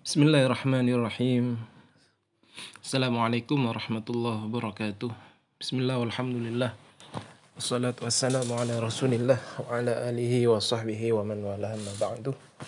Bismillahirrahmanirrahim. Assalamualaikum warahmatullahi wabarakatuh. Bismillah walhamdulillah. Wassalatu wassalamu ala rasulillah wa ala alihi wa sahbihi wa man wala amma ba'du.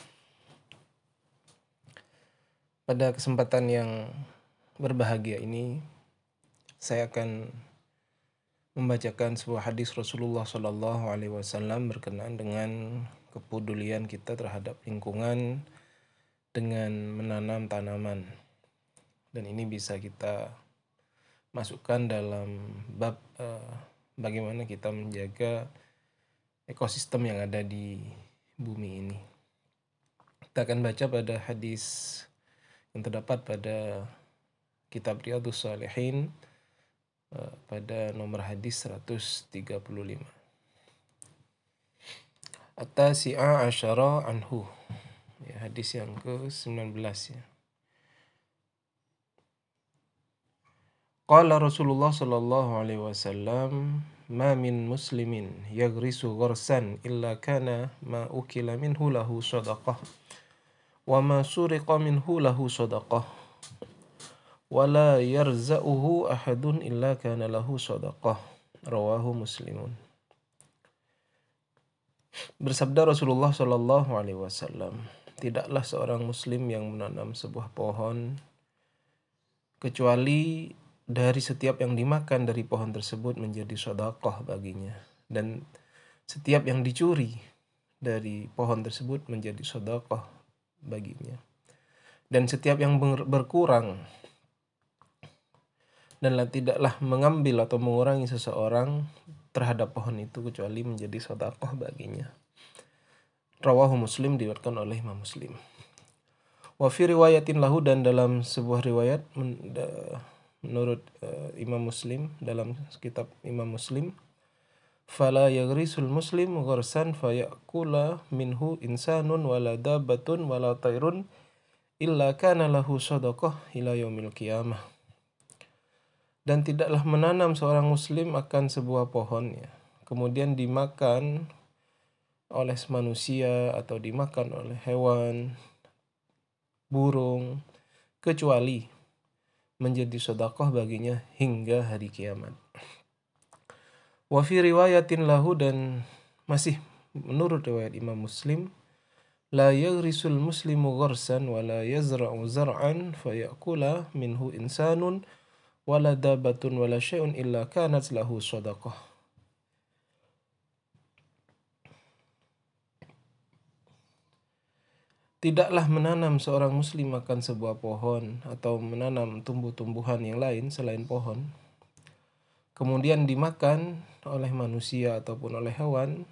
Pada kesempatan yang berbahagia ini, saya akan membacakan sebuah hadis Rasulullah Sallallahu Alaihi Wasallam berkenaan dengan kepedulian kita terhadap lingkungan dengan menanam tanaman. Dan ini bisa kita masukkan dalam bab bagaimana kita menjaga ekosistem yang ada di bumi ini. Kita akan baca pada hadis yang terdapat pada kitab Riyadhus Shalihin pada nomor hadis 135. At-tasi'a asyara anhu. Ya, hadis yang ke-19 ya. Qala Rasulullah sallallahu alaihi wasallam, "Ma min muslimin yaghrisu gharsan illa kana ma ukila minhu lahu sadaqah wa ma suriqa minhu lahu sadaqah wa la yarza'uhu ahadun illa kana lahu sadaqah." Rawahu Muslimun. Bersabda Rasulullah sallallahu alaihi wasallam, tidaklah seorang muslim yang menanam sebuah pohon kecuali dari setiap yang dimakan dari pohon tersebut menjadi sedekah baginya, dan setiap yang dicuri dari pohon tersebut menjadi sedekah baginya, dan setiap yang berkurang dan tidaklah mengambil atau mengurangi seseorang terhadap pohon itu kecuali menjadi sedekah baginya. Rawahu Muslim, diriwayatkan oleh Imam Muslim. Wa fi riwayatin lahu, dan dalam sebuah riwayat menurut Imam Muslim, dalam kitab Imam Muslim, fala yaghrisul muslim gharsan fayakula minhu insanun wala dabbatun wala tairun illa kana lahu sadaqah ila yaumil qiyamah. Dan tidaklah menanam seorang muslim akan sebuah pohon ya, kemudian dimakan oleh manusia atau dimakan oleh hewan, burung, kecuali menjadi sedekah baginya hingga hari kiamat. Wa fi riwayatin lahu, dan masih menurut riwayat Imam Muslim, la yaghrisul muslimu gharsan wa la yazra'u zar'an fayakula minhu insanun wala dabatun wala syai'un illa kanat lahu sadaqah. Tidaklah menanam seorang muslim akan sebuah pohon atau menanam tumbuh-tumbuhan yang lain selain pohon, kemudian dimakan oleh manusia ataupun oleh hewan,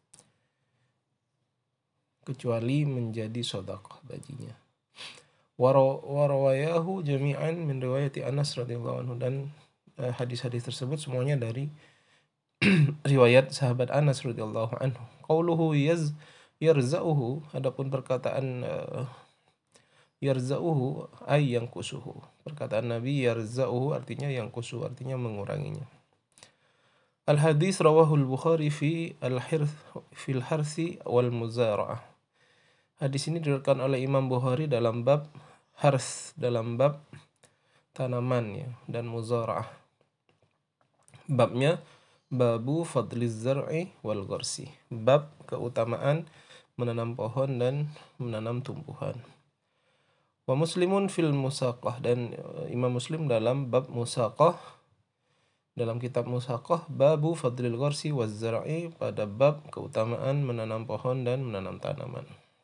kecuali menjadi sedekah baginya. Warawayahu jami'an min riwayati Anas radhiyallahu anhu, dan hadis-hadis tersebut semuanya dari riwayat sahabat Anas radhiyallahu anhu. Qauluhu yarza'uhu, adapun perkataan yarza'uhu ay yanqusuhu. Perkataan Nabi yarza'uhu artinya yanqusuhu, artinya menguranginya. Al-hadis rawahul Bukhari fi fil harsi wal muzara'ah. Hadis ini diriwayatkan oleh Imam Bukhari dalam bab hars, dalam bab tanaman ya, dan muzara'ah. Babnya babu fadliz zar'i wal gharsi, bab keutamaan menanam pohon dan menanam tumbuhan. Wa Muslimun fil musaqah, dan Imam Muslim dalam bab musaqah, dalam kitab musaqah, babu fadlil gharsi waz zar'i, pada bab keutamaan menanam pohon dan menanam tanaman.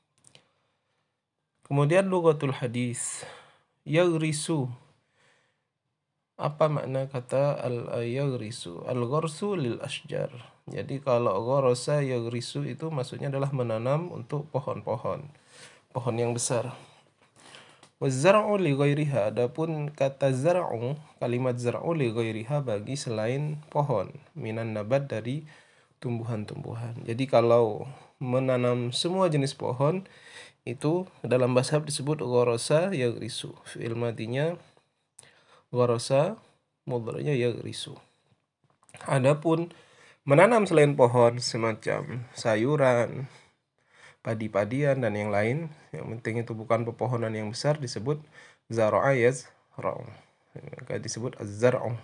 Kemudian lughatul hadis, yaghrisu. Apa makna kata al-yaghrisu? Al-gharsu lil asjar. Jadi kalau gharasa yaghrisu itu maksudnya adalah menanam untuk pohon-pohon, pohon yang besar. Waz-zar'u li ghairiha, adapun kata zar'u, kalimat zar'u li ghairiha bagi selain pohon, minan nabat, dari tumbuhan-tumbuhan. Jadi kalau menanam semua jenis pohon itu dalam bahasa Arab disebut gharasa yaghrisu. Fi'il madinya gharasa, mudhari'nya yaghrisu. Adapun menanam selain pohon semacam sayuran, padi-padian dan yang lain. Yang penting itu bukan pepohonan yang besar, disebut zara'a yazra'u. Maka disebut az-zar'u.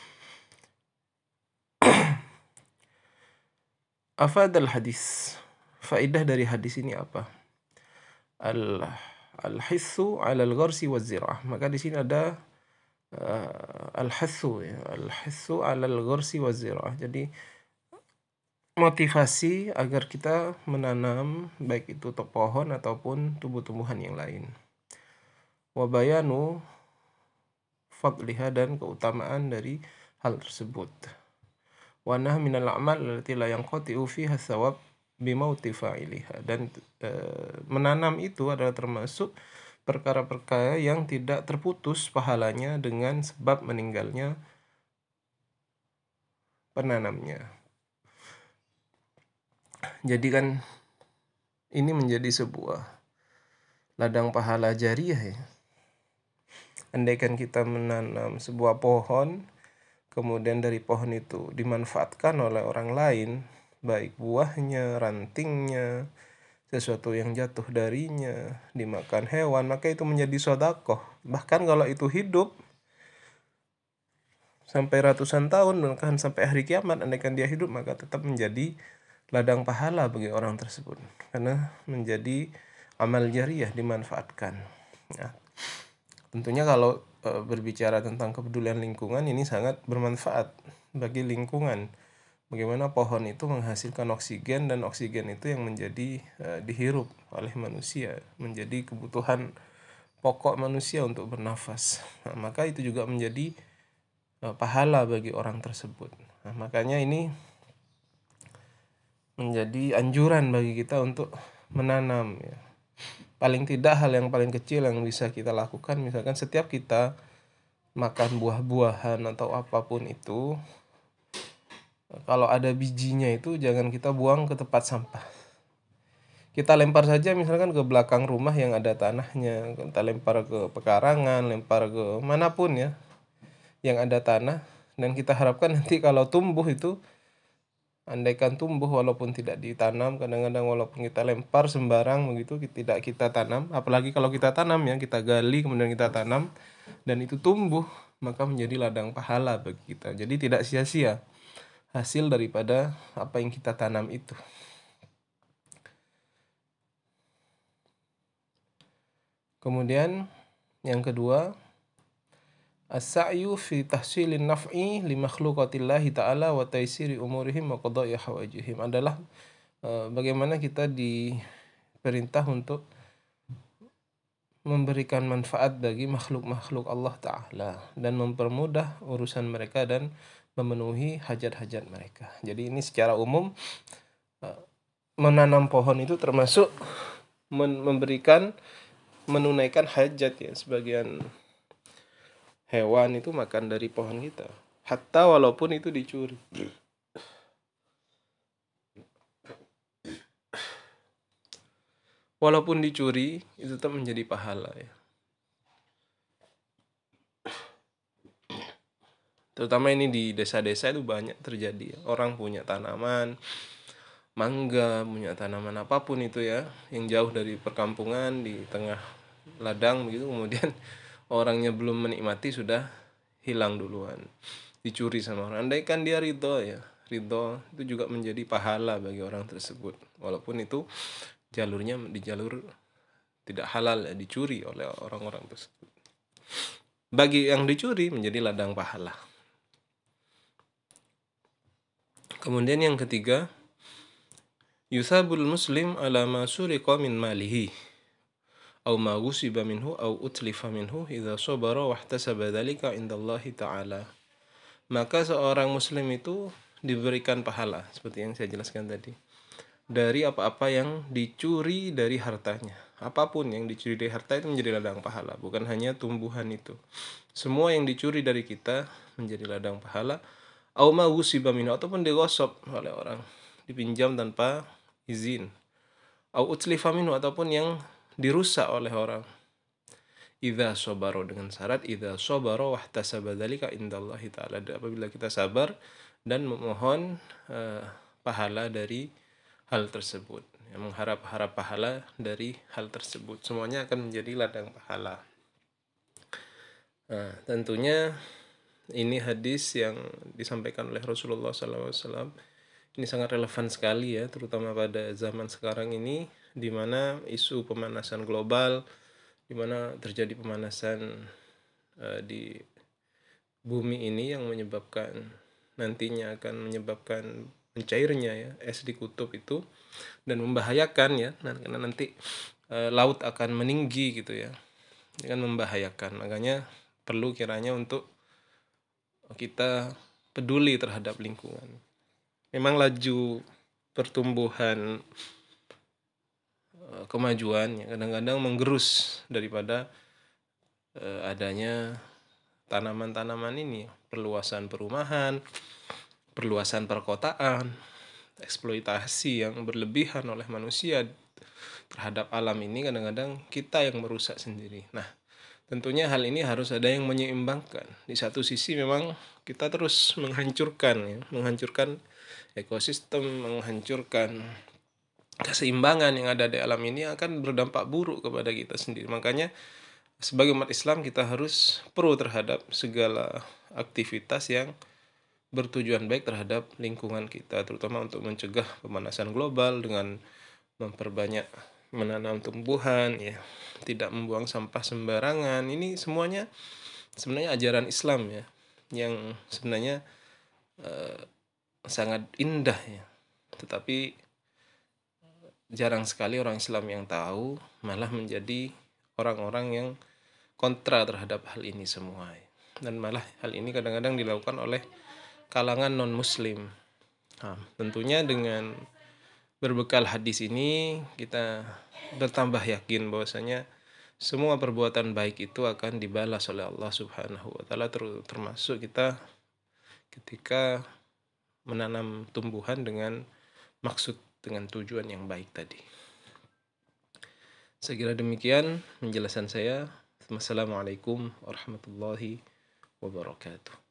Afadal hadis. Faedah dari hadis ini apa? Al-hissu 'ala al-gharsi waz-zira'ah. Maka di sini ada al-hissu ya, al-hissu 'ala al-gharsi waz-zira'ah. Jadi motivasi agar kita menanam baik itu pohon ataupun tumbuh-tumbuhan yang lain. Wa bayanu fadliha, dan keutamaan dari hal tersebut. Wa nah minal a'mal allati la yanqati'u fiha thawab bimauti fa'iliha, dan menanam itu adalah termasuk perkara-perkara yang tidak terputus pahalanya dengan sebab meninggalnya penanamnya. Jadi kan ini menjadi sebuah ladang pahala jariyah ya. Andaikan kita menanam sebuah pohon, kemudian dari pohon itu dimanfaatkan oleh orang lain, baik buahnya, rantingnya, sesuatu yang jatuh darinya, dimakan hewan, maka itu menjadi sedekah. Bahkan kalau itu hidup sampai ratusan tahun, bahkan sampai hari kiamat, andaikan dia hidup, maka tetap menjadi ladang pahala bagi orang tersebut, karena menjadi amal jariyah, dimanfaatkan. Nah, tentunya kalau berbicara tentang kepedulian lingkungan, ini sangat bermanfaat bagi lingkungan. Bagaimana pohon itu menghasilkan oksigen, dan oksigen itu yang menjadi dihirup oleh manusia, menjadi kebutuhan pokok manusia untuk bernafas. Nah, maka itu juga menjadi pahala bagi orang tersebut. Nah, makanya ini menjadi anjuran bagi kita untuk menanam ya. Paling tidak hal yang paling kecil yang bisa kita lakukan, misalkan setiap kita makan buah-buahan atau apapun itu, kalau ada bijinya itu jangan kita buang ke tempat sampah. Kita lempar saja misalkan ke belakang rumah yang ada tanahnya, kita lempar ke pekarangan, lempar ke manapun ya yang ada tanah, dan kita harapkan nanti kalau tumbuh itu, andaikan tumbuh walaupun tidak ditanam, kadang-kadang walaupun kita lempar sembarang begitu, tidak kita tanam, apalagi kalau kita tanam ya, kita gali kemudian kita tanam dan itu tumbuh, maka menjadi ladang pahala bagi kita. Jadi tidak sia-sia hasil daripada apa yang kita tanam itu. Kemudian yang kedua, as-sa'yu fi tahsilin naf'i li makhluqatillahi ta'ala wa taysiri umurihim wa qada'i hawajihim, adalah bagaimana kita diperintah untuk memberikan manfaat bagi makhluk-makhluk Allah Ta'ala dan mempermudah urusan mereka dan memenuhi hajat-hajat mereka. Jadi ini secara umum menanam pohon itu termasuk menunaikan hajat ya. Sebagian hewan itu makan dari pohon kita, hatta walaupun itu dicuri. Walaupun dicuri, itu tetap menjadi pahala ya. Terutama ini di desa-desa itu banyak terjadi ya. Orang punya tanaman mangga, punya tanaman apapun itu ya, yang jauh dari perkampungan, di tengah ladang begitu, kemudian orangnya belum menikmati sudah hilang duluan, dicuri sama orang. Andaikan dia ridho ya, ridho itu juga menjadi pahala bagi orang tersebut, walaupun itu jalurnya di jalur tidak halal ya, dicuri oleh orang-orang tersebut. Bagi yang dicuri menjadi ladang pahala. Kemudian yang ketiga, yusabul muslim ala ma suriqa min malihi aw ma ghusiba minhu aw utlifa minhu idza sabara wa ihtasaba dzalika indallahi ta'ala. Maka seorang muslim itu diberikan pahala seperti yang saya jelaskan tadi, dari apa-apa yang dicuri dari hartanya. Apapun yang dicuri dari harta itu menjadi ladang pahala, bukan hanya tumbuhan itu. Semua yang dicuri dari kita menjadi ladang pahala. Aw ma ghusiba minhu, ataupun digosok oleh orang, dipinjam tanpa izin. Aw utlifa minhu, ataupun yang dirusak oleh orang. Idza sabaro, dengan syarat idza sabaro wahtasaba dzalika indallahi ta'ala, apabila kita sabar dan memohon pahala dari hal tersebut. yang mengharap-harap pahala dari hal tersebut. Semuanya akan menjadi ladang pahala. Nah, tentunya ini hadis yang disampaikan oleh Rasulullah SAW ini sangat relevan sekali ya, terutama pada zaman sekarang ini, di mana isu pemanasan global, di mana terjadi pemanasan di bumi ini yang menyebabkan nantinya akan menyebabkan mencairnya ya es di kutub itu, dan membahayakan ya, karena nanti laut akan meninggi gitu ya, dengan membahayakan. Makanya perlu kiranya untuk kita peduli terhadap lingkungan. Memang laju pertumbuhan kemajuan yang kadang-kadang menggerus daripada adanya tanaman-tanaman ini, perluasan perumahan, perluasan perkotaan, eksploitasi yang berlebihan oleh manusia terhadap alam ini, kadang-kadang kita yang merusak sendiri. Nah, tentunya hal ini harus ada yang menyeimbangkan. Di satu sisi memang kita terus menghancurkan ekosistem, menghancurkan keseimbangan yang ada di alam ini, akan berdampak buruk kepada kita sendiri. Makanya sebagai umat Islam kita harus pro terhadap segala aktivitas yang bertujuan baik terhadap lingkungan kita, terutama untuk mencegah pemanasan global dengan memperbanyak menanam tumbuhan ya, tidak membuang sampah sembarangan. Ini semuanya sebenarnya ajaran Islam ya, yang sebenarnya sangat indah ya, tetapi jarang sekali orang Islam yang tahu, malah menjadi orang-orang yang kontra terhadap hal ini semua. Dan malah hal ini kadang-kadang dilakukan oleh kalangan non-muslim. Nah, tentunya dengan berbekal hadis ini kita bertambah yakin bahwasanya semua perbuatan baik itu akan dibalas oleh Allah Subhanahu wa taala, termasuk kita ketika menanam tumbuhan dengan maksud, dengan tujuan yang baik tadi. Saya kira demikian penjelasan saya. Wassalamualaikum warahmatullahi wabarakatuh.